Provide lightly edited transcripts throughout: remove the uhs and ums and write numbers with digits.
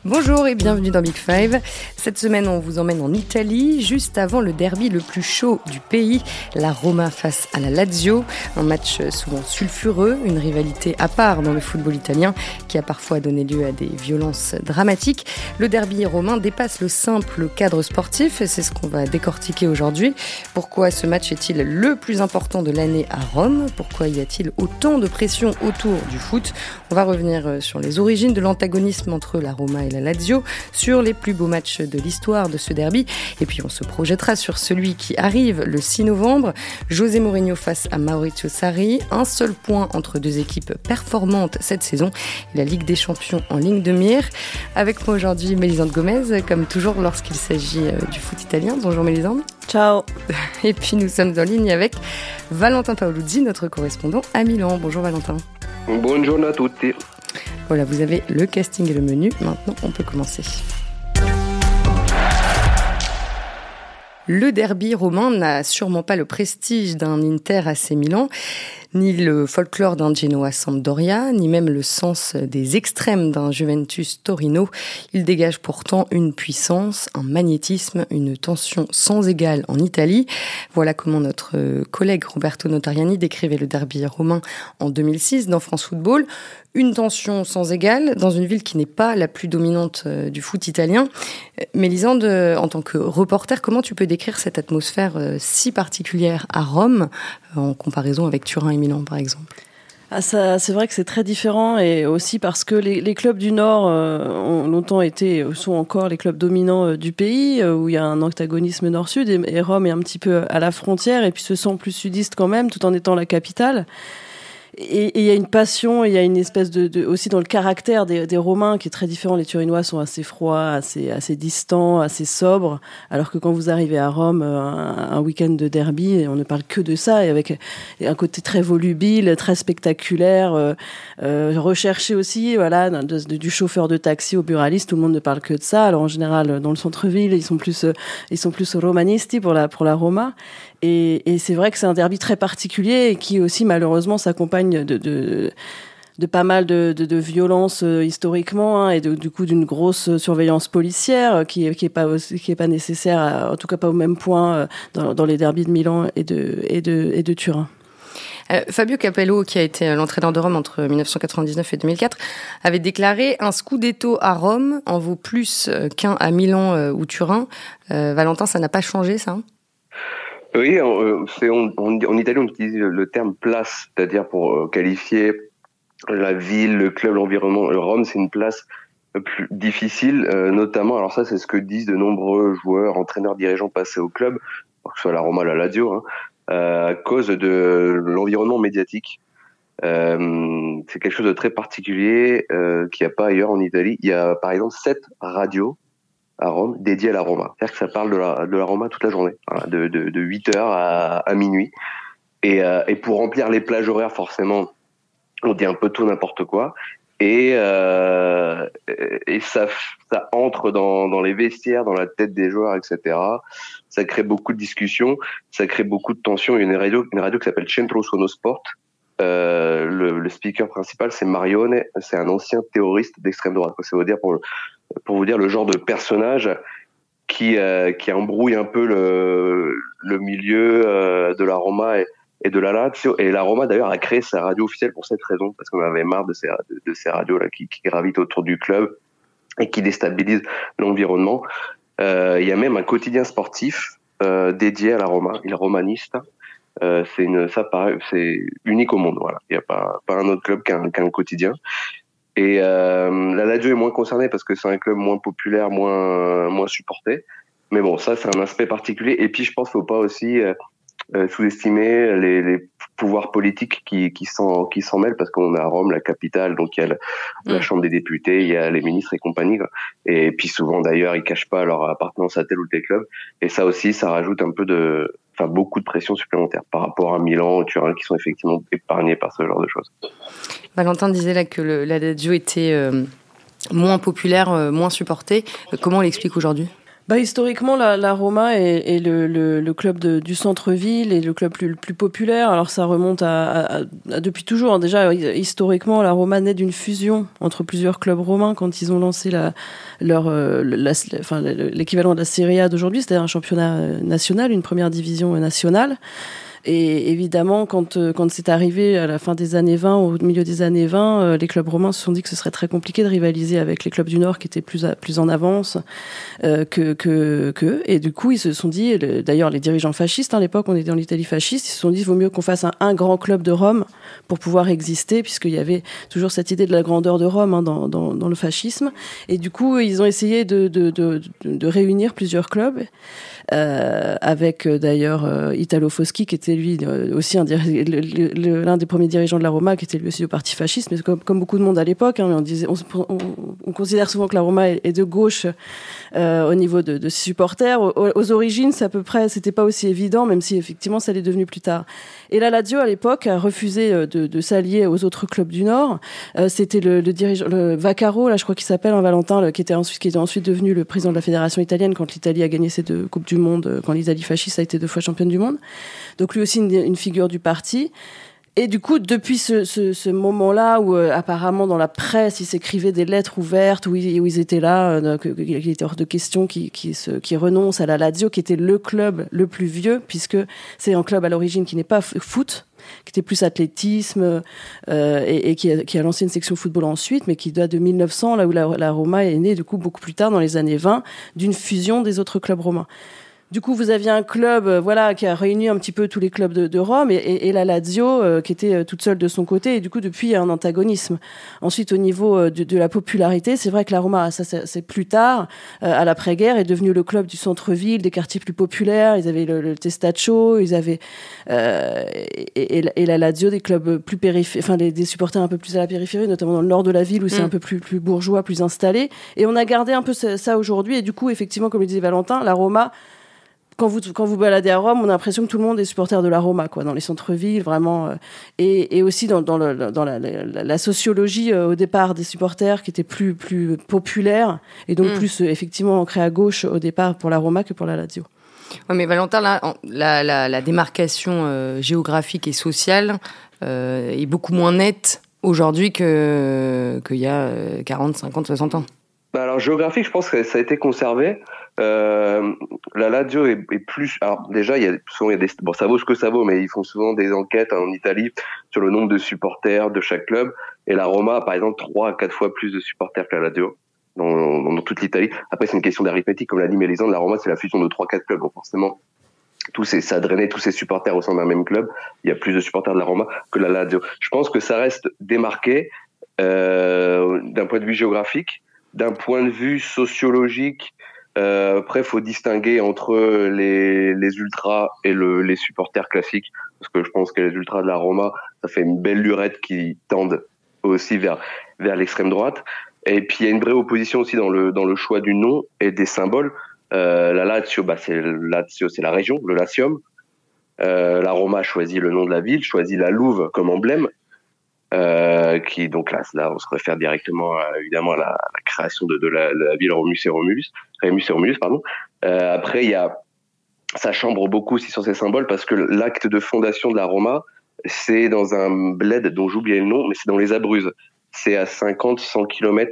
Bonjour et bienvenue dans Big Five. Cette semaine, on vous emmène en Italie, juste avant le derby le plus chaud du pays, la Roma face à la Lazio. Un match souvent sulfureux, une rivalité à part dans le football italien qui a parfois donné lieu à des violences dramatiques. Le derby romain dépasse le simple cadre sportif et c'est ce qu'on va décortiquer aujourd'hui. Pourquoi ce match est-il le plus important de l'année à Rome ? Pourquoi y a-t-il autant de pression autour du foot ? On va revenir sur les origines de l'antagonisme entre la Roma et la Lazio, sur les plus beaux matchs de l'histoire de ce derby. Et puis on se projettera sur celui qui arrive le 6 novembre. José Mourinho face à Maurizio Sarri. Un seul point entre deux équipes performantes cette saison. Et la Ligue des Champions en ligne de mire. Avec moi aujourd'hui, Mélisande Gomez, comme toujours lorsqu'il s'agit du foot italien. Bonjour Mélisande. Ciao. Et puis nous sommes en ligne avec Valentin Paoluzzi, notre correspondant à Milan. Bonjour Valentin. Buongiorno a tutti. Voilà, vous avez le casting et le menu. Maintenant, on peut commencer. Le derby romain n'a sûrement pas le prestige d'un Inter AC Milan, ni le folklore d'un Genoa Sampdoria, ni même le sens des extrêmes d'un Juventus Torino. Il dégage pourtant une puissance, un magnétisme, une tension sans égale en Italie. Voilà comment notre collègue Roberto Notarianni décrivait le derby romain en 2006 dans France Football. Une tension sans égale dans une ville qui n'est pas la plus dominante du foot italien. Mélisande, en tant que reporter, comment tu peux décrire cette atmosphère si particulière à Rome en comparaison avec Turin et Milan, par exemple ? Ça, c'est vrai que c'est très différent et aussi parce que les clubs du Nord ont longtemps sont encore les clubs dominants du pays où il y a un antagonisme Nord-Sud et Rome est un petit peu à la frontière et puis se sent plus sudiste quand même tout en étant la capitale. Et il y a une passion, il y a une espèce aussi dans le caractère des Romains qui est très différent. Les Turinois sont assez froids, assez distants, assez sobres. Alors que quand vous arrivez à Rome, un week-end de derby, on ne parle que de ça, et avec un côté très volubile, très spectaculaire, recherché aussi, voilà, du chauffeur de taxi au buraliste, tout le monde ne parle que de ça. Alors en général, dans le centre-ville, ils sont plus romanisti pour la Roma. Et c'est vrai que c'est un derby très particulier et qui aussi malheureusement s'accompagne de pas mal de violences historiquement et du coup d'une grosse surveillance policière qui est pas nécessaire, en tout cas pas au même point dans les derbys de Milan et de Turin. Fabio Capello, qui a été l'entraîneur de Rome entre 1999 et 2004, avait déclaré « Un scudetto à Rome en vaut plus qu'un à Milan ou Turin ». Valentin, ça n'a pas changé, ça ? Oui, en Italie, on utilise le terme place, c'est-à-dire pour qualifier la ville, le club, l'environnement. Rome, c'est une place plus difficile, notamment, alors ça, c'est ce que disent de nombreux joueurs, entraîneurs, dirigeants passés au club, que ce soit la Roma, la Lazio, à cause de l'environnement médiatique. C'est quelque chose de très particulier qu'il n'y a pas ailleurs en Italie. Il y a, par exemple, 7 radios à Rome, dédié à la Roma. C'est-à-dire que ça parle de la Roma toute la journée, voilà, de 8h à minuit. Et pour remplir les plages horaires, forcément, on dit un peu tout n'importe quoi. Et ça entre dans les vestiaires, dans la tête des joueurs, etc. Ça crée beaucoup de discussions, ça crée beaucoup de tensions. Il y a une radio qui s'appelle Centro Sono Sport. Le speaker principal, c'est Marione. C'est un ancien terroriste d'extrême droite. Ça veut dire pour vous dire le genre de personnage qui embrouille un peu le milieu de la Roma et de la Lazio. Et la Roma d'ailleurs a créé sa radio officielle pour cette raison, parce qu'on avait marre de ces radios là qui gravitent autour du club et qui déstabilisent l'environnement. Il y a même un quotidien sportif dédié à la Roma, Il Romanista. C'est unique au monde, voilà. Il n'y a pas un autre club qu'un quotidien. Et la Lazio est moins concernée parce que c'est un club moins populaire, moins supporté. Mais bon, ça c'est un aspect particulier. Et puis je pense qu'il ne faut pas aussi sous-estimer les pouvoirs politiques qui s'en mêlent, parce qu'on est à Rome, la capitale, donc il y a la Chambre des députés, il y a les ministres et compagnie, quoi. Et puis souvent d'ailleurs ils cachent pas leur appartenance à tel ou tel club. Et ça aussi, ça rajoute un peu beaucoup de pression supplémentaire par rapport à Milan ou Turin, qui sont effectivement épargnés par ce genre de choses. Valentin disait là que la Lazio était moins populaire, moins supportée. Comment on l'explique aujourd'hui ? Historiquement, la Roma est le club du centre-ville et le club le plus populaire. Alors ça remonte à depuis toujours. Déjà, historiquement, la Roma naît d'une fusion entre plusieurs clubs romains quand ils ont lancé l'équivalent de la Serie A d'aujourd'hui, c'est-à-dire un championnat national, une première division nationale. Et évidemment, quand c'est arrivé à la fin des années 20, au milieu des années 20, les clubs romains se sont dit que ce serait très compliqué de rivaliser avec les clubs du Nord qui étaient plus en avance que. Et du coup, ils se sont dit, d'ailleurs, les dirigeants fascistes, à l'époque, on était dans l'Italie fasciste, ils se sont dit, il vaut mieux qu'on fasse un grand club de Rome pour pouvoir exister, puisqu'il y avait toujours cette idée de la grandeur de Rome dans le fascisme. Et du coup, ils ont essayé de réunir plusieurs clubs. Avec d'ailleurs Italo Foschi qui était lui aussi l'un des premiers dirigeants de la Roma, qui était lui aussi du parti fasciste, mais comme beaucoup de monde à l'époque, hein, on considère souvent que la Roma est de gauche au niveau de ses supporters. Aux origines, c'était pas aussi évident, même si effectivement ça l'est devenu plus tard. Et la Lazio à l'époque a refusé de s'allier aux autres clubs du Nord. C'était le dirigeant, le Vaccaro, là je crois qu'il s'appelle, Valentin, qui était ensuite devenu le président de la fédération italienne quand l'Italie a gagné ses 2 coupes du monde, quand l'Italie fasciste a été 2 fois championne du monde. Donc lui aussi une figure du parti. Et du coup, depuis ce moment-là où apparemment dans la presse, ils s'écrivaient des lettres ouvertes où ils étaient là, qu'il était hors de question qui renoncent à la Lazio, qui était le club le plus vieux, puisque c'est un club à l'origine qui n'est pas foot, qui était plus athlétisme et qui a lancé une section football ensuite, mais qui date de 1900, là où la Roma est née du coup beaucoup plus tard, dans les années 20, d'une fusion des autres clubs romains. Du coup, vous aviez un club, qui a réuni un petit peu tous les clubs de Rome et la Lazio qui était toute seule de son côté. Et du coup, depuis, il y a un antagonisme. Ensuite, au niveau de la popularité, c'est vrai que la Roma, ça c'est plus tard, à l'après-guerre, est devenu le club du centre-ville, des quartiers plus populaires. Ils avaient le Testaccio, ils avaient et la Lazio, des clubs plus périphériques, des supporters un peu plus à la périphérie, notamment dans le nord de la ville où c'est un peu plus bourgeois, plus installé. Et on a gardé un peu ça aujourd'hui. Et du coup, effectivement, comme le disait Valentin, la Roma. Quand vous baladez à Rome, on a l'impression que tout le monde est supporter de la Roma, quoi, dans les centres-villes, vraiment. Et aussi dans la sociologie au départ des supporters qui étaient plus populaires et donc plus effectivement ancrés à gauche au départ pour la Roma que pour la Lazio. Ouais, mais Valentin, là, la démarcation géographique et sociale est beaucoup moins nette aujourd'hui qu'il y a 40, 50, 60 ans. Alors géographique, je pense que ça a été conservé. La Lazio est plus. Alors déjà, il y a des. Bon, ça vaut ce que ça vaut, mais ils font souvent des enquêtes en Italie sur le nombre de supporters de chaque club. Et la Roma, par exemple, 3 à 4 fois plus de supporters que la Lazio dans toute l'Italie. Après, c'est une question d'arithmétique, comme l'a dit Mélisande. La Roma, c'est la fusion de 3-4 clubs. Donc forcément, ça a drainé tous ces supporters au sein d'un même club. Il y a plus de supporters de la Roma que la Lazio. Je pense que ça reste démarqué d'un point de vue géographique. D'un point de vue sociologique, après, faut distinguer entre les ultras et les supporters classiques, parce que je pense que les ultras de la Roma, ça fait une belle lurette qui tendent aussi vers l'extrême droite. Et puis il y a une vraie opposition aussi dans le choix du nom et des symboles. La Lazio, c'est la région, le Latium. La Roma choisit le nom de la ville, choisit la Louve comme emblème. Qui donc là on se réfère directement évidemment à la création de la ville Rémus et Romulus, pardon. Après ça chambre beaucoup aussi sur ces symboles parce que l'acte de fondation de la Roma, c'est dans un bled dont j'oubliais le nom, mais c'est dans les Abruzzes. C'est à 50-100 km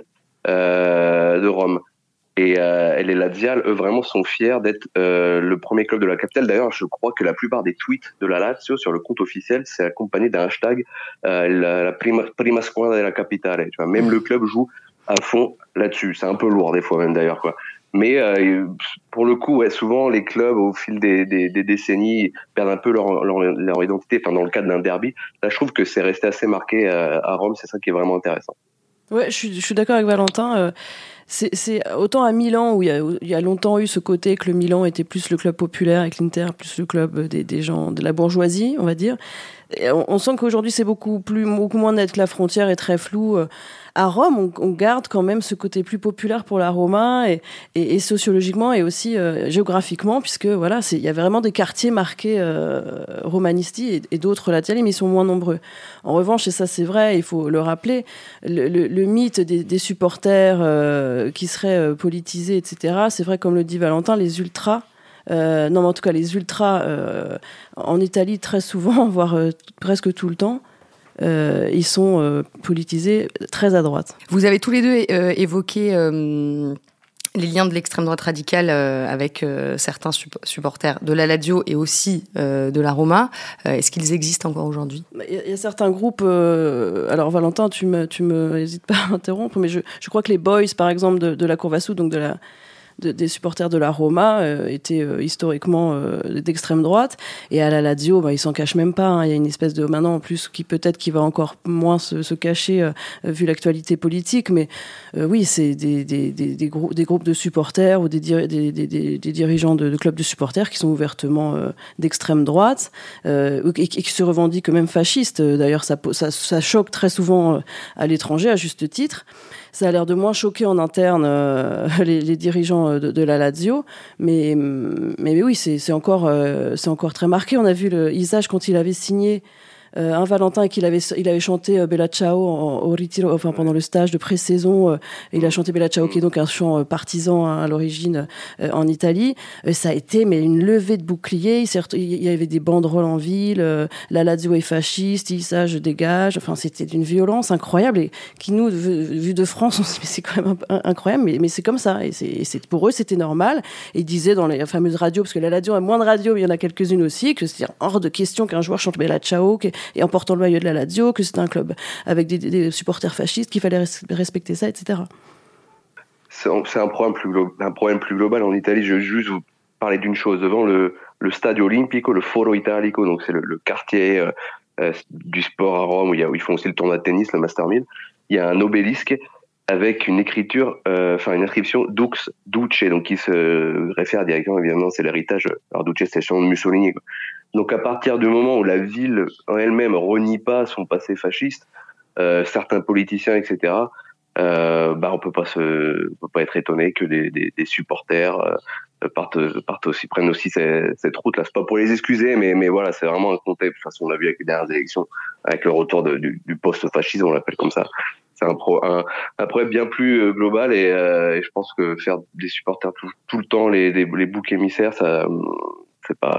de Rome. Et les Laziales, eux, vraiment sont fiers d'être le premier club de la capitale. D'ailleurs, je crois que la plupart des tweets de la Lazio sur le compte officiel, c'est accompagné d'un hashtag la prima squadra della capitale. Tu vois, même le club joue à fond là-dessus. C'est un peu lourd des fois même d'ailleurs, quoi. Mais pour le coup, souvent les clubs au fil des décennies perdent un peu leur identité. Enfin, dans le cadre d'un derby, là, je trouve que c'est resté assez marqué à Rome. C'est ça qui est vraiment intéressant. Ouais, je suis d'accord avec Valentin. C'est autant à Milan où il y a longtemps eu ce côté que le Milan était plus le club populaire et que l'Inter plus le club des gens de la bourgeoisie, on va dire. Et on sent qu'aujourd'hui c'est beaucoup moins net, que la frontière est très floue. À Rome, on garde quand même ce côté plus populaire pour la Roma et sociologiquement et aussi géographiquement, puisque voilà, il y a vraiment des quartiers marqués romanisti et d'autres laziali, mais ils sont moins nombreux. En revanche, et ça c'est vrai, il faut le rappeler, le mythe des supporters politisés, etc. C'est vrai, comme le dit Valentin, les ultras. Non, mais en tout cas, les ultras en Italie, très souvent, voire presque tout le temps, ils sont politisés très à droite. Vous avez tous les deux évoqué les liens de l'extrême droite radicale avec certains supporters de la Lazio et aussi de la Roma. Est-ce qu'ils existent encore aujourd'hui ? Il y a certains groupes. Alors Valentin, tu me hésites pas à m'interrompre, mais je crois que les Boys, par exemple, de la Curva Sud, donc des supporters de la Roma étaient historiquement d'extrême droite, et à la Lazio ils s'en cachent même pas, hein. Il y a une espèce de maintenant en plus qui peut-être qui va encore moins se cacher vu l'actualité politique, mais oui, c'est des groupes de supporters ou des dirigeants de clubs de supporters qui sont ouvertement d'extrême droite et qui se revendiquent même fascistes. D'ailleurs ça choque très souvent à l'étranger à juste titre. Ça a l'air de moins choquer en interne les dirigeants de la Lazio, mais oui, c'est encore très marqué. On a vu Isaac quand il avait signé un Valentin et qu'il avait chanté Bella Ciao au Ritiro, enfin pendant le stage de pré-saison. Il a chanté Bella Ciao, qui est donc un chant partisan à l'origine en Italie. Ça a été une levée de bouclier. Il y avait des banderoles en ville. La Lazio est fasciste. Isaac, je dégage. Enfin, c'était d'une violence incroyable et qui nous, vu de France, on se dit mais c'est quand même incroyable. Mais c'est comme ça. Et c'est pour eux, c'était normal. Et ils disaient dans les fameuses radios, parce que la Lazio a moins de radios, mais il y en a quelques-unes aussi, que c'est hors de question qu'un joueur chante Bella Ciao et en portant le maillot de la Lazio, que c'était un club avec des supporters fascistes, qu'il fallait respecter ça, etc. C'est un problème plus global en Italie. Je veux juste vous parler d'une chose. Devant le Stadio Olimpico, le Foro Italico, donc c'est le quartier du sport à Rome, où ils font aussi le tournoi de tennis, le Master 1000, il y a un obélisque avec une écriture, une inscription Dux Duce, donc qui se réfère directement, évidemment, c'est l'héritage. Alors Duce, c'est le surnom de Mussolini, quoi. Donc à partir du moment où la ville en elle-même renie pas son passé fasciste, certains politiciens, etc., on peut pas être étonné que des supporters prennent aussi cette route là. C'est pas pour les excuser, mais voilà, c'est vraiment un contexte. De toute façon, on l'a vu avec les dernières élections, avec le retour du post-fascisme, on l'appelle comme ça. C'est un problème bien plus global et je pense que faire des supporters tout le temps les boucs émissaires, ça c'est pas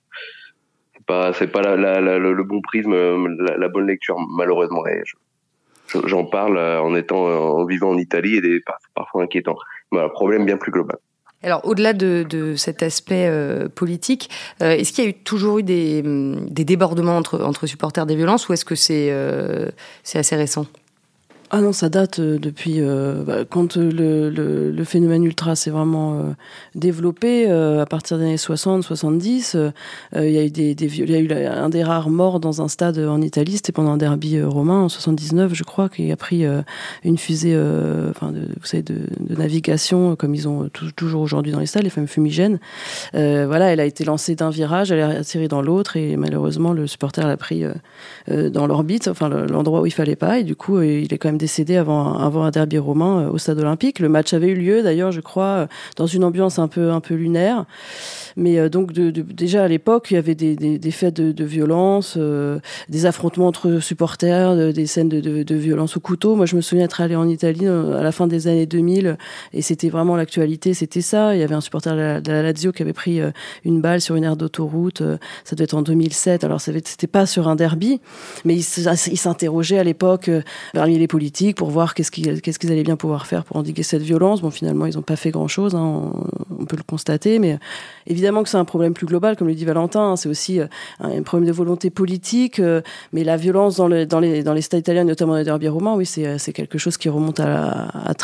le bon prisme, la bonne lecture, malheureusement. Et j'en parle en vivant en Italie et parfois inquiétant. Voilà, problème bien plus global. Alors, au-delà de cet aspect politique, est-ce qu'il y a toujours eu des débordements entre supporters, des violences, ou est-ce que c'est assez récent ? Ah non, ça date depuis quand le phénomène ultra s'est vraiment développé à partir des années 60-70. Il y a eu il y a eu un des rares morts dans un stade en Italie, c'était pendant un derby romain en 79, je crois, qui a pris une fusée, vous savez, de navigation comme ils ont toujours aujourd'hui dans les stades, les fameux fumigènes. Voilà, elle a été lancée d'un virage, elle est atterrie dans l'autre et malheureusement le supporter l'a pris dans l'orbite, enfin l'endroit où il fallait pas, et du coup il est quand même décédé avant un derby romain au stade olympique. Le match avait eu lieu d'ailleurs, je crois, dans une ambiance un peu lunaire. Mais donc déjà à l'époque, il y avait des faits de violence, des affrontements entre supporters, des scènes de violence au couteau. Moi, je me souviens être allé en Italie à la fin des années 2000 et c'était vraiment l'actualité, c'était ça. Il y avait un supporter de la Lazio qui avait pris une balle sur une aire d'autoroute. Ça devait être en 2007. Alors c'était pas sur un derby, mais il s'interrogeait à l'époque parmi les politiques pour voir qu'est-ce qu'ils allaient bien pouvoir faire pour endiguer cette violence. Bon, finalement, ils n'ont pas fait grand-chose, hein, on peut le constater, mais évidemment que c'est un problème plus global, comme le dit Valentin, hein, c'est aussi un problème de volonté politique, mais la violence dans les stades italiens, notamment dans les derbies romains, oui, c'est quelque chose qui remonte à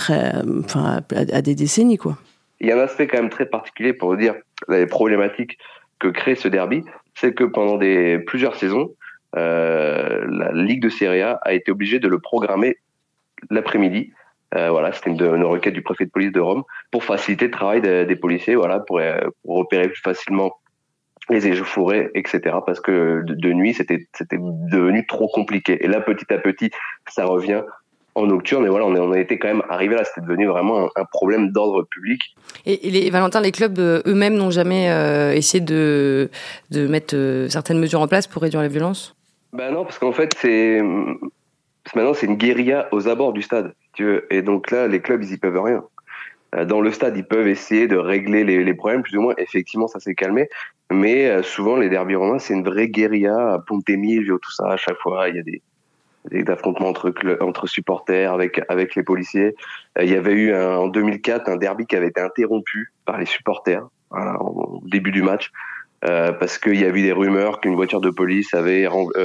des décennies, quoi. Il y a un aspect quand même très particulier pour dire les problématiques que crée ce derby, c'est que pendant plusieurs saisons, la Ligue de Serie A été obligée de le programmer l'après-midi. C'était une requête du préfet de police de Rome pour faciliter le travail des policiers, pour repérer plus facilement les échauffourées, etc. Parce que de nuit, c'était devenu trop compliqué. Et là, petit à petit, ça revient en nocturne. Et voilà, on a été quand même arrivé là. C'était devenu vraiment un problème d'ordre public. Et Valentin, les clubs eux-mêmes n'ont jamais essayé de mettre certaines mesures en place pour réduire les violences ? Ben non, parce qu'en fait, maintenant, c'est une guérilla aux abords du stade, si tu veux. Et donc là, les clubs, ils y peuvent rien. Dans le stade, ils peuvent essayer de régler les problèmes, plus ou moins. Effectivement, ça s'est calmé. Mais souvent, les derbys romains, c'est une vraie guérilla. À Ponte Milvio, tout ça, à chaque fois, il y a des affrontements entre supporters avec les policiers. Il y avait eu en 2004 un derby qui avait été interrompu par les supporters au début du match parce qu'il y avait eu des rumeurs qu'une voiture de police avait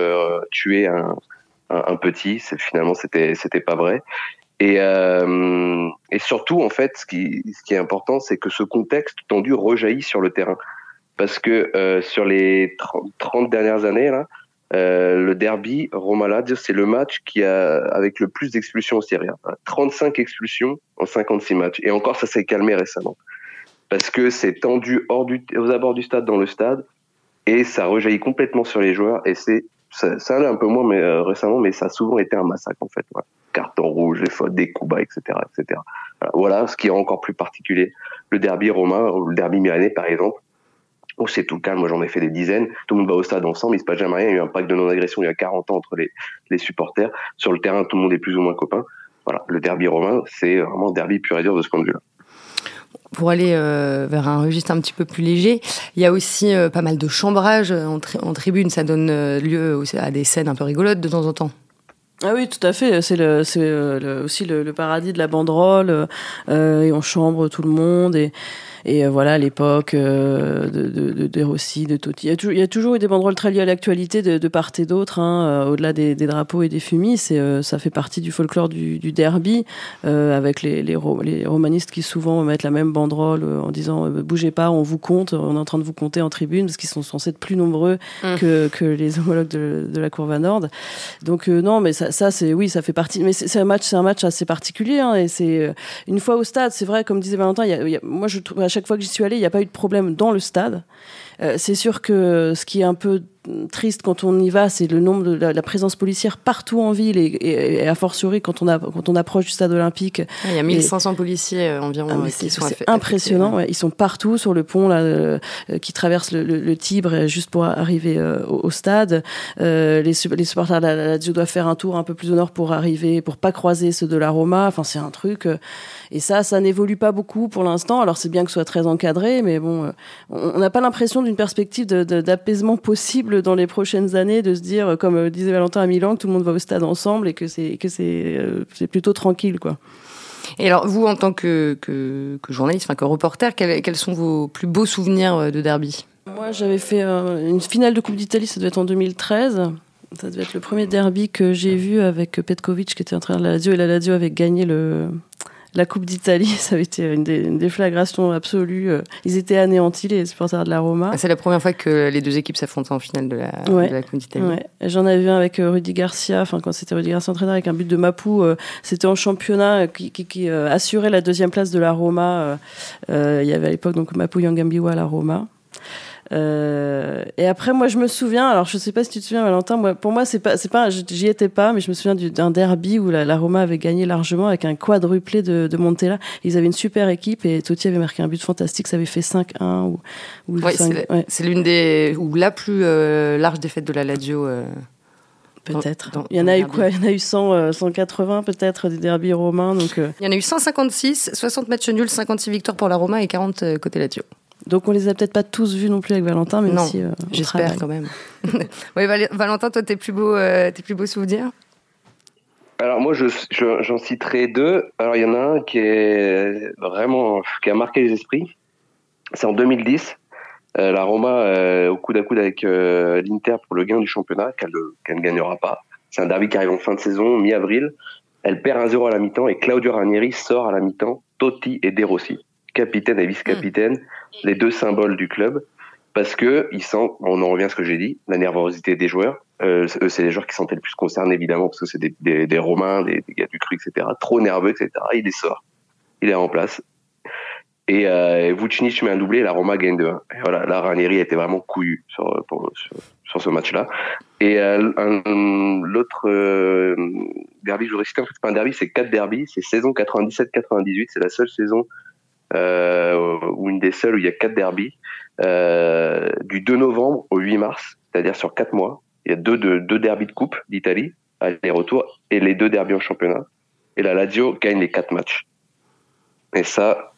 tué un petit. Finalement, c'était pas vrai. Et surtout, en fait, ce qui est important, c'est que ce contexte tendu rejaillit sur le terrain. Parce que sur les 30 dernières années, là, le derby Roma-Lazio, c'est le match qui a avec le plus d'expulsions en Serie A. 35 expulsions en 56 matchs. Et encore, ça s'est calmé récemment. Parce que c'est tendu aux abords du stade, dans le stade, et ça rejaillit complètement sur les joueurs. Et ça allait un peu moins récemment, mais ça a souvent été un massacre, en fait. Ouais. Carton rouge, les fautes, des coups bas, etc., etc. Voilà ce qui est encore plus particulier. Le derby romain, ou le derby milanais, par exemple, où c'est tout calme. Moi, j'en ai fait des dizaines. Tout le monde va au stade ensemble. Il se passe jamais rien. Il y a eu un pacte de non-agression il y a 40 ans entre les supporters. Sur le terrain, tout le monde est plus ou moins copain. Voilà. Le derby romain, c'est vraiment derby pur et dur de ce point de vue-là. Pour aller vers un registre un petit peu plus léger, il y a aussi pas mal de chambrage en tribune. Ça donne lieu aussi à des scènes un peu rigolotes de temps en temps. Ah oui, tout à fait. C'est aussi le paradis de la banderole. Et on chambre tout le monde. Et voilà, à l'époque de Rossi, de Totti. Il y a toujours eu des banderoles très liées à l'actualité de part et d'autre, au-delà des drapeaux et des fumis. Ça fait partie du folklore du derby, avec les romanistes qui souvent mettent la même banderole en disant bougez pas, on vous compte, on est en train de vous compter en tribune, parce qu'ils sont censés être plus nombreux que les homologues de la Curva Nord. Donc non, mais ça fait partie. Mais c'est un match assez particulier, et c'est une fois au stade, c'est vrai, comme disait Valentin, moi je trouve à chaque fois que j'y suis allée, il n'y a pas eu de problème dans le stade. C'est sûr que ce qui est un peu triste quand on y va, c'est le nombre de la présence policière partout en ville et a fortiori quand on approche du stade olympique. Il y a 1500 policiers environ qui sont c'est impressionnant. Ouais. Ils sont partout sur le pont là, qui traverse le Tibre juste pour arriver au stade. Les supporters de la Lazio doivent faire un tour un peu plus au nord pour arriver, pour pas croiser ceux de la Roma. Enfin, c'est un truc. Et ça n'évolue pas beaucoup pour l'instant. Alors c'est bien que ce soit très encadré, mais bon, on n'a pas l'impression d'une perspective d'apaisement possible dans les prochaines années, de se dire, comme disait Valentin à Milan, que tout le monde va au stade ensemble et que c'est plutôt tranquille, quoi. Et alors, vous, en tant que journaliste, que reporter, quels sont vos plus beaux souvenirs de derby ? Moi, j'avais fait une finale de Coupe d'Italie, ça devait être en 2013. Ça devait être le premier derby que j'ai vu avec Petkovic, qui était entraîneur de la Lazio, et la Lazio avait gagné la Coupe d'Italie. Ça avait été une déflagration absolue. Ils étaient anéantis, les supporters de la Roma. C'est la première fois que les deux équipes s'affrontent en finale de la Coupe d'Italie. Ouais. J'en avais vu un avec Rudy Garcia, quand c'était Rudy Garcia entraîneur, avec un but de Mapou. C'était en championnat qui assurait la deuxième place de la Roma. Il y avait à l'époque donc Mapou Yangambiwa à la Roma. Et après, moi, je me souviens, alors je sais pas si tu te souviens, Valentin, pour moi, c'est pas, j'y étais pas, mais je me souviens d'un derby où la Roma avait gagné largement avec un quadruplé de Montella. Ils avaient une super équipe et Totti avait marqué un but fantastique, ça avait fait 5-1 ou 5. C'est l'une ou la plus large défaite de la Lazio. Peut-être. Il y en a eu quoi ? Il y en a eu 180 peut-être des derbys romains. Donc, il y en a eu 156, 60 matchs nuls, 56 victoires pour la Roma et 40 côté Lazio. Donc on les a peut-être pas tous vus non plus avec Valentin, même non, si j'espère quand même. Oui, Valentin, toi, tes plus beaux souvenirs ? Alors moi, j'en citerai deux. Alors il y en a un qui a marqué les esprits. C'est en 2010. La Roma au coude à coude avec l'Inter pour le gain du championnat, qu'elle ne gagnera pas. C'est un derby qui arrive en fin de saison, mi-avril. Elle perd 1-0 à la mi-temps et Claudio Ranieri sort à la mi-temps Totti et De Rossi, capitaine et vice-capitaine, les deux symboles du club, parce que on en revient à ce que j'ai dit, la nervosité des joueurs. Eux, c'est les joueurs qui sont le plus concernés, évidemment, parce que c'est des Romains, des gars du cru, etc. Trop nerveux, etc. Il les sort. Il est en place. Et Vucinic met un doublé et la Roma gagne 2-1. Et voilà, là, Ranieri était vraiment couillu sur ce match-là. Et l'autre derby, je voudrais citer, en fait, c'est pas un derby, c'est 4 derbys. C'est saison 97-98. C'est la seule saison ou une des seules où il y a 4 derbys. Du 2 novembre au 8 mars, c'est-à-dire sur 4 mois. Il y a deux derbys de coupe d'Italie, aller-retour, et les 2 derbys en championnat. Et la Lazio gagne les 4 matchs. Et ça,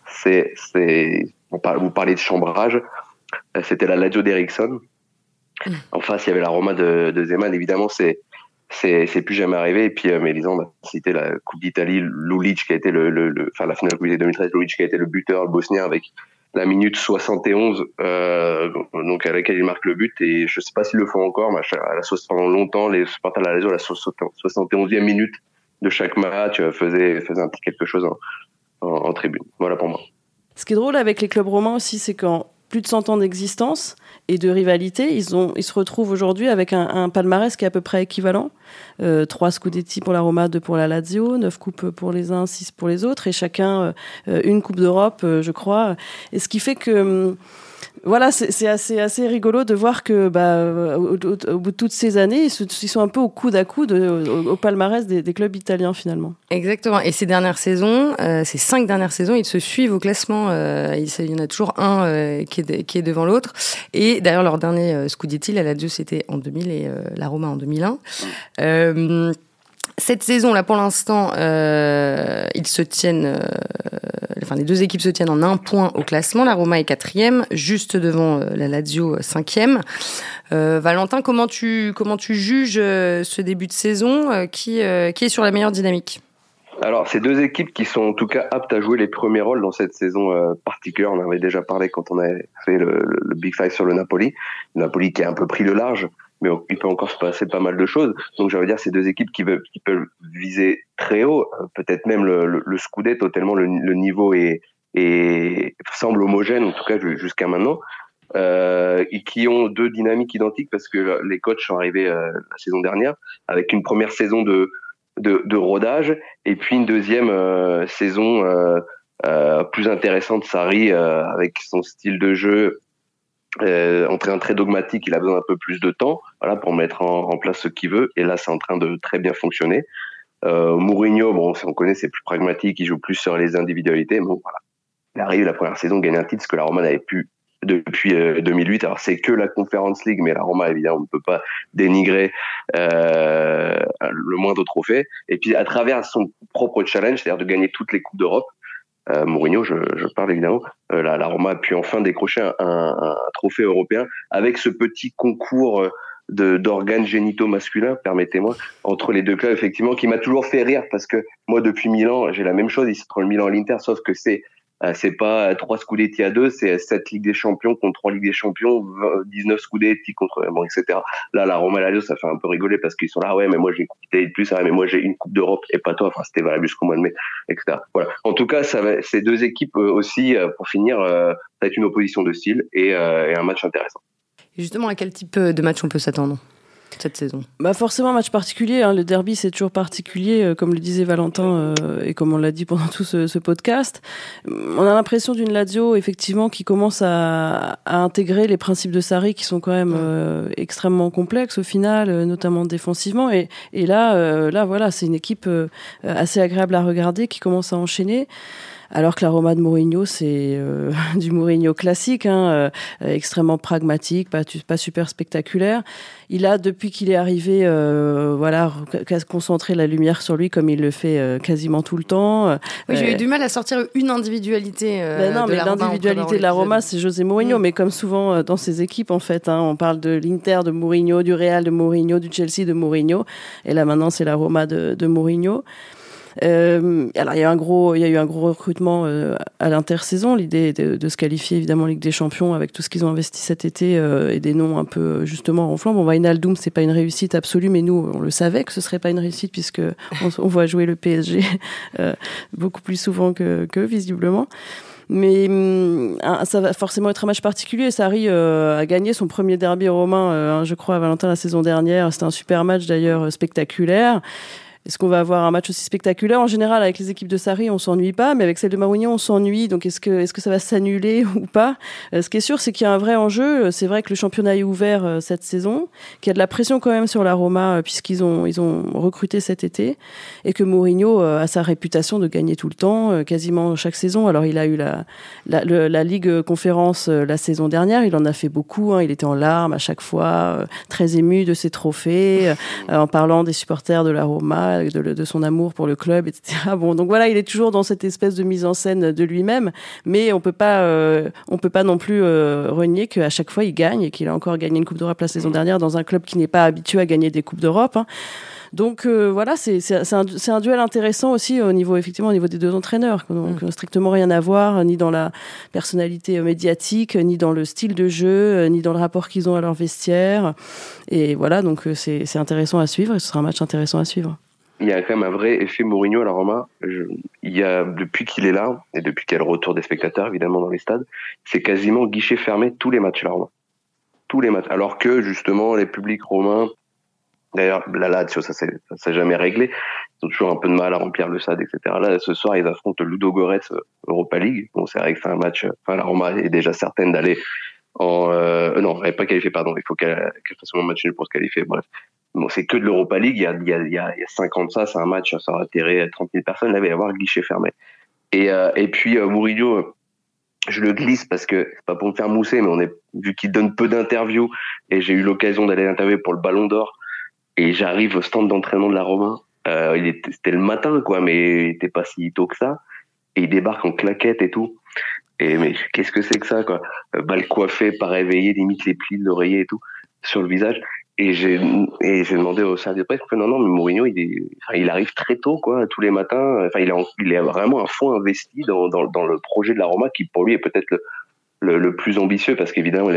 vous parlez de chambrage, c'était la Lazio d'Eriksson. En face, il y avait la Roma de Zeman. Évidemment, c'est plus jamais arrivé. Et puis, Mélisande a cité la Coupe d'Italie, Lulic qui a été la finale de Coupe d'Italie 2013, Lulic qui a été le buteur, le Bosnien, avec la minute 71, donc à laquelle il marque le but. Et je sais pas s'ils le font encore, mais pendant longtemps, les supporters de la Lazio, à la 71e minute de chaque match, faisaient un petit quelque chose en tribune. Voilà pour moi. Ce qui est drôle avec les clubs romains aussi, c'est qu'en plus de 100 ans d'existence et de rivalité, ils se retrouvent aujourd'hui avec un palmarès qui est à peu près équivalent. 3 Scudetti pour la Roma, 2 pour la Lazio, 9 coupes pour les uns, 6 pour les autres, et chacun une Coupe d'Europe, je crois. Et ce qui fait que... Voilà, c'est assez rigolo de voir que au bout de toutes ces années, ils sont un peu au coude à coude au palmarès des clubs italiens finalement. Exactement. Et ces dernières saisons, ces 5 dernières saisons, ils se suivent au classement. Il y en a toujours un qui est devant l'autre. Et d'ailleurs, leur dernier Scudetti, la Lazio, c'était en 2000 et la Roma en 2001. Cette saison, là, pour l'instant, ils se tiennent. Les deux équipes se tiennent en 1 point au classement. La Roma est 4e, juste devant la Lazio 5e. Valentin, comment tu juges ce début de saison qui est sur la meilleure dynamique? Alors, c'est 2 équipes qui sont en tout cas aptes à jouer les premiers rôles dans cette saison particulière. On en avait déjà parlé quand on avait fait le Big Five sur le Napoli. Le Napoli qui a un peu pris le large, mais il peut encore se passer pas mal de choses. Donc, j'ai envie de dire, c'est 2 équipes qui peuvent viser très haut, peut-être même le Scudetto, tellement le niveau semble homogène, en tout cas jusqu'à maintenant, et qui ont 2 dynamiques identiques parce que les coachs sont arrivés la saison dernière avec une première saison de rodage et puis une deuxième saison plus intéressante. Sarri avec son style de jeu en train très dogmatique, il a besoin d'un peu plus de temps, voilà, pour mettre en place ce qu'il veut, et là c'est en train de très bien fonctionner. Mourinho, bon, on connaît, c'est plus pragmatique, il joue plus sur les individualités. Bon, voilà, il arrive la première saison, gagne un titre, ce que la Roma n'avait pu depuis 2008. Alors c'est que la Conference League, mais la Roma, évidemment, on ne peut pas dénigrer le moindre trophée. Et puis à travers son propre challenge, c'est-à-dire de gagner toutes les coupes d'Europe, Mourinho, je parle évidemment, la Roma a pu enfin décrocher un trophée européen avec ce petit concours d'organes génitaux masculins, permettez-moi, entre les 2 clubs, effectivement, qui m'a toujours fait rire, parce que moi, depuis Milan, j'ai la même chose ici entre le Milan et l'Inter, sauf que c'est pas 3 Scudetti à 2, c'est 7 Ligues des Champions contre 3 Ligues des Champions, 19 Scudetti contre, etc. Là, la Roma et la Lazio, ça fait un peu rigoler parce qu'ils sont là, ouais, mais moi j'ai une Coupe d'Italie de plus, mais moi j'ai une Coupe d'Europe et pas toi, enfin c'était valable jusqu'au mois de mai, etc. Voilà. En tout cas, ces 2 équipes aussi, pour finir, ça va être une opposition de style et un match intéressant. Et justement, à quel type de match on peut s'attendre cette saison? Forcément, match particulier. Le derby, c'est toujours particulier, comme le disait Valentin, et comme on l'a dit pendant tout ce podcast. On a l'impression d'une Lazio, effectivement, qui commence à intégrer les principes de Sarri, qui sont quand même extrêmement complexes au final, notamment défensivement. Et là, voilà, c'est une équipe assez agréable à regarder, qui commence à enchaîner. Alors que la Roma de Mourinho, c'est du Mourinho classique, extrêmement pragmatique, pas super spectaculaire. Il a, depuis qu'il est arrivé, concentré la lumière sur lui comme il le fait quasiment tout le temps. Oui, j'ai eu du mal à sortir une individualité l'individualité de la Roma, c'est José Mourinho, mais comme souvent dans ses équipes, en fait, on parle de l'Inter de Mourinho, du Real de Mourinho, du Chelsea de Mourinho, et là maintenant c'est la Roma de Mourinho. Alors il y a eu un gros recrutement à l'intersaison, l'idée de se qualifier évidemment en Ligue des Champions avec tout ce qu'ils ont investi cet été et des noms un peu justement ronflants. Bon, Wijnaldum, c'est pas une réussite absolue, mais nous on le savait que ce serait pas une réussite puisque on voit jouer le PSG beaucoup plus souvent que visiblement. Mais ça va forcément être un match particulier. Sarri a gagné son premier derby romain, je crois, à Valentin la saison dernière. C'était un super match d'ailleurs, spectaculaire. Est-ce qu'on va avoir un match aussi spectaculaire? En général, avec les équipes de Sarri, on s'ennuie pas, mais avec celle de Mourinho, on s'ennuie. Donc, est-ce que ça va s'annuler ou pas? Ce qui est sûr, c'est qu'il y a un vrai enjeu. C'est vrai que le championnat est ouvert cette saison, qu'il y a de la pression quand même sur la Roma, puisqu'ils ont recruté cet été, et que Mourinho a sa réputation de gagner tout le temps, quasiment chaque saison. Alors, il a eu la Ligue Conférence la saison dernière. Il en a fait beaucoup. Il était en larmes à chaque fois, très ému de ses trophées, en parlant des supporters de la Roma, voilà, de son amour pour le club, etc. Bon, donc voilà, il est toujours dans cette espèce de mise en scène de lui-même, mais on peut pas non plus renier qu'à chaque fois il gagne et qu'il a encore gagné une Coupe d'Europe la saison dernière dans un club qui n'est pas habitué à gagner des Coupes d'Europe. Hein. Donc voilà, c'est un duel intéressant aussi au niveau des deux entraîneurs. Donc strictement rien à voir, ni dans la personnalité médiatique, ni dans le style de jeu, ni dans le rapport qu'ils ont à leur vestiaire. Et voilà, donc c'est intéressant à suivre et ce sera un match intéressant à suivre. Il y a quand même un vrai effet Mourinho à la Roma. Il y a, depuis qu'il est là, et depuis qu'il y a le retour des spectateurs, évidemment, dans les stades, c'est quasiment guichet fermé tous les matchs, la Roma. Tous les matchs. Alors que, justement, les publics romains, d'ailleurs, la Lazio, ça s'est jamais réglé. Ils ont toujours un peu de mal à remplir le stade, etc. Là, ce soir, ils affrontent Ludogorets Europa League. Bon, c'est vrai que c'est un match, la Roma est déjà certaine d'aller non, elle n'est pas qualifiée, pardon. Il faut qu'elle fasse un match nul pour se qualifier. Bref. Bon, c'est que de l'Europa League. Il y a 5 ans de ça, c'est un match, ça aurait atterré 30 000 personnes. Là, il va y avoir guichet fermé. Et puis, Mourinho, je le glisse parce que c'est pas pour me faire mousser, mais vu qu'il donne peu d'interviews, et j'ai eu l'occasion d'aller l'interviewer pour le Ballon d'Or, et j'arrive au stand d'entraînement de la Roma. C'était le matin, quoi, mais il était pas si tôt que ça. Et il débarque en claquette et tout. Mais qu'est-ce que c'est que ça, quoi? Mal coiffé, pas réveillé, limite les plis de l'oreiller et tout sur le visage. Et j'ai demandé au service de presse, non, mais Mourinho, il arrive très tôt, quoi, tous les matins. Enfin, il est vraiment à fond investi dans le projet de la Roma, qui pour lui est peut-être le plus ambitieux, parce qu'évidemment,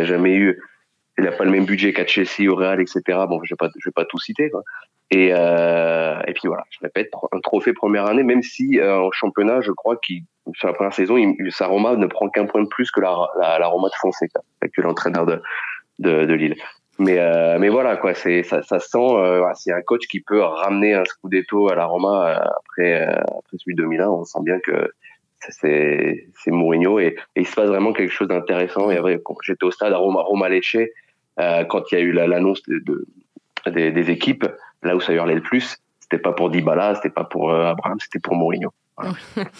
il a pas le même budget qu'à Chelsea, au Real, etc. Bon, je vais pas tout citer, quoi. Et puis voilà, je répète, un trophée première année, même si en championnat, je crois sur la première saison, sa Roma ne prend qu'un point de plus que la Roma de Fonseca, que l'entraîneur de Lille. Mais voilà, quoi, ça sent, s'il y a un coach qui peut ramener un Scudetto à la Roma après celui de 2001, on sent bien que c'est Mourinho, et il se passe vraiment quelque chose d'intéressant. Et après, quand j'étais au stade à Roma Lecce, quand il y a eu l'annonce des équipes, là où ça hurlait le plus, c'était pas pour Dybala, c'était pas pour Abraham, c'était pour Mourinho. Voilà.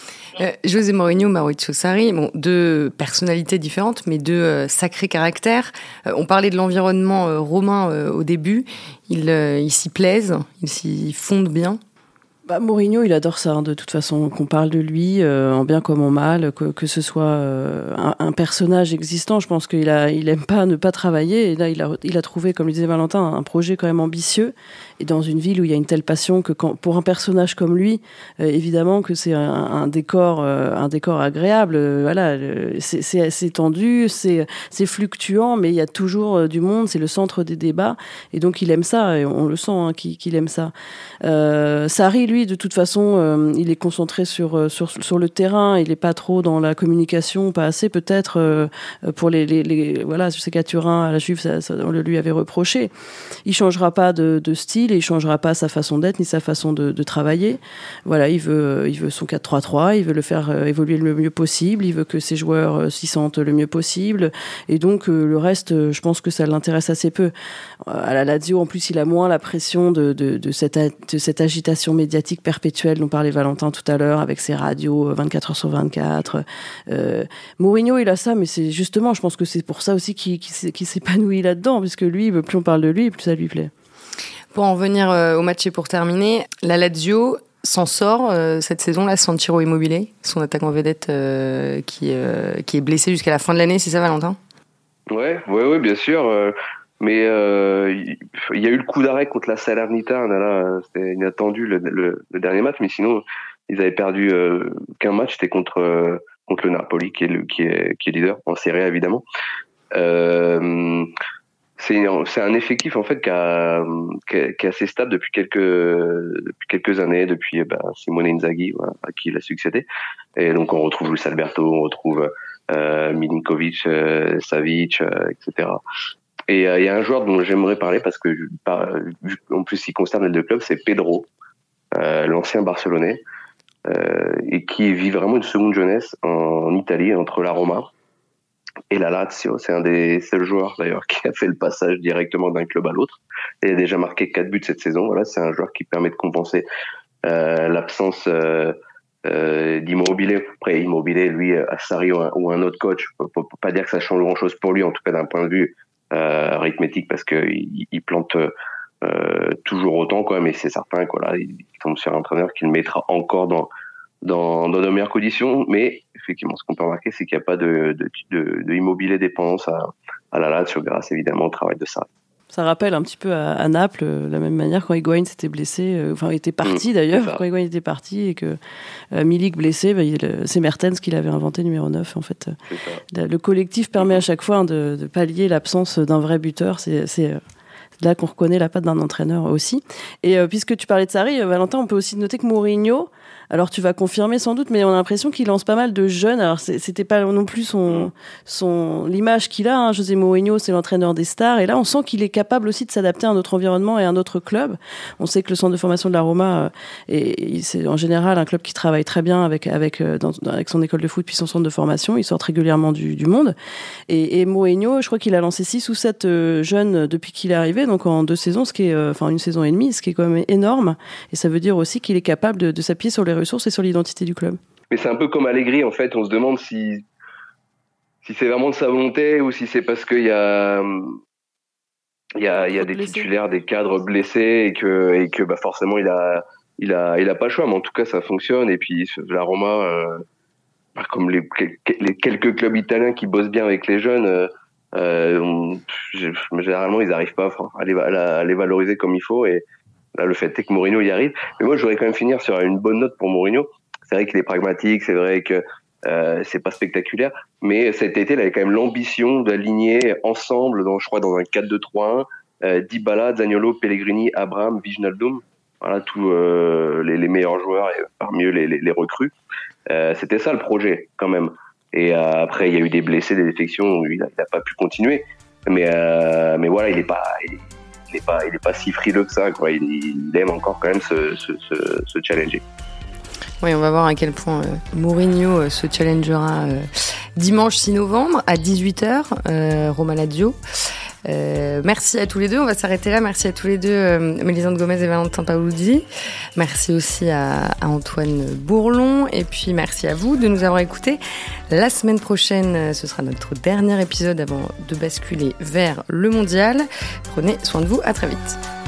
José Mourinho, Maurizio Sarri, deux personnalités différentes, mais deux sacrés caractères. On parlait de l'environnement romain au début. Ils s'y plaisent, ils s'y fondent bien. Mourinho, il adore ça, hein, de toute façon, qu'on parle de lui, en bien comme en mal, que ce soit un personnage existant. Je pense qu'il aime pas ne pas travailler. Et là, il a trouvé, comme le disait Valentin, un projet quand même ambitieux. Et dans une ville où il y a une telle passion que pour un personnage comme lui, évidemment que c'est un décor agréable. Voilà, c'est assez tendu, c'est fluctuant, mais il y a toujours du monde. C'est le centre des débats. Et donc, il aime ça. Et on le sent, hein, qu'il aime ça. Sarri, lui, de toute façon, il est concentré sur le terrain. Il est pas trop dans la communication, pas assez peut-être pour voilà, je sais qu'à Turin, à la Juve, on le lui avait reproché. Il changera pas de style, et il changera pas sa façon d'être ni sa façon de travailler. Voilà, il veut son 4-3-3, il veut le faire évoluer le mieux possible, il veut que ses joueurs s'y sentent le mieux possible, et donc le reste, je pense que ça l'intéresse assez peu. À la Lazio, en plus, il a moins la pression de cette agitation médiatique perpétuelle dont parlait Valentin tout à l'heure, avec ses radios 24 heures sur 24. Mourinho, il a ça, mais c'est justement, je pense que c'est pour ça aussi qu'il s'épanouit là-dedans, puisque lui, plus on parle de lui, plus ça lui plaît. Pour en venir au match et pour terminer, la Lazio s'en sort cette saison-là sans Ciro Immobile, son attaquant vedette qui est blessé jusqu'à la fin de l'année, c'est ça, Valentin ? Ouais, bien sûr. Mais il y a eu le coup d'arrêt contre la Salernitana, là, c'était inattendu le dernier match, mais sinon ils avaient perdu qu'un match, c'était contre le Napoli qui est leader en Serie A, évidemment. C'est un effectif en fait qui est assez stable depuis quelques années, depuis Simone Inzaghi, voilà, à qui il a succédé. Et donc on retrouve Luis Alberto, on retrouve Milinkovic, Savic, etc. Et il y a un joueur dont j'aimerais parler parce que en plus il concerne les deux clubs, c'est Pedro, l'ancien Barcelonais, et qui vit vraiment une seconde jeunesse en Italie, entre la Roma et la Lazio. C'est un des seuls joueurs d'ailleurs qui a fait le passage directement d'un club à l'autre. Il a déjà marqué 4 buts cette saison. Voilà, c'est un joueur qui permet de compenser l'absence d'Immobile. Après, Immobile, lui, à Sarri ou un autre coach, faut pas dire que ça change grand-chose pour lui, en tout cas d'un point de vue arithmétique, parce que il plante toujours autant, quoi. Mais c'est certain, quoi, là, il tombe sur un entraîneur qui le mettra encore dans de meilleures conditions. Mais effectivement, ce qu'on peut remarquer, c'est qu'il n'y a pas de immobilier dépendance à la Lazio, grâce évidemment au travail de Sarri. Ça rappelle un petit peu à Naples, de la même manière, quand Higuaín s'était blessé, était parti d'ailleurs, quand Higuaín était parti et que Milik blessé, c'est Mertens qui l'avait inventé numéro 9. En fait, le collectif permet à chaque fois de pallier l'absence d'un vrai buteur. C'est là qu'on reconnaît la patte d'un entraîneur aussi. Et puisque tu parlais de Sarri, Valentin, on peut aussi noter que Mourinho, alors tu vas confirmer sans doute, mais on a l'impression qu'il lance pas mal de jeunes. Alors c'était pas non plus l'image qu'il a, hein. José Mourinho, c'est l'entraîneur des stars, et là on sent qu'il est capable aussi de s'adapter à un autre environnement et à un autre club. On sait que le centre de formation de la Roma c'est en général un club qui travaille très bien avec son école de foot puis son centre de formation. Ils sortent régulièrement du monde. Et Mourinho, je crois qu'il a lancé 6 ou 7 jeunes depuis qu'il est arrivé, donc en 2 saisons, ce qui est une saison et demie, ce qui est quand même énorme. Et ça veut dire aussi qu'il est capable de s'appuyer sur les ressources et sur l'identité du club. Mais c'est un peu comme Allegri, en fait, on se demande si c'est vraiment de sa volonté ou si c'est parce qu'il y a des titulaires, des cadres blessés et que forcément il a pas le choix, mais en tout cas ça fonctionne. Et puis la Roma, comme les quelques clubs italiens qui bossent bien avec les jeunes, généralement ils n'arrivent pas à les valoriser comme il faut. Et là, le fait est que Mourinho y arrive. Mais moi, je voudrais quand même finir sur une bonne note pour Mourinho. C'est vrai qu'il est pragmatique, c'est vrai que c'est pas spectaculaire, mais cet été, il avait quand même l'ambition d'aligner ensemble, je crois, dans un 4-2-3-1, Dybala, Zaniolo, Pellegrini, Abraham, Wijnaldum. Voilà, tous les meilleurs joueurs, et parmi eux les recrues. C'était ça le projet, quand même. Et après, il y a eu des blessés, des défections, il n'a pas pu continuer. Mais voilà, il est pas si frileux que ça, quoi. Il aime encore quand même se challenger. Oui, on va voir à quel point Mourinho se challengera dimanche 6 novembre à 18h, Roma-Lazio. Merci à tous les deux, on va s'arrêter là. Merci à tous les deux, Mélisande Gomez et Valentin Paoluzzi. Merci aussi à Antoine Bourlon, et puis merci à vous de nous avoir écoutés. La semaine prochaine, ce sera notre dernier épisode avant de basculer vers le mondial. Prenez soin de vous, à très vite.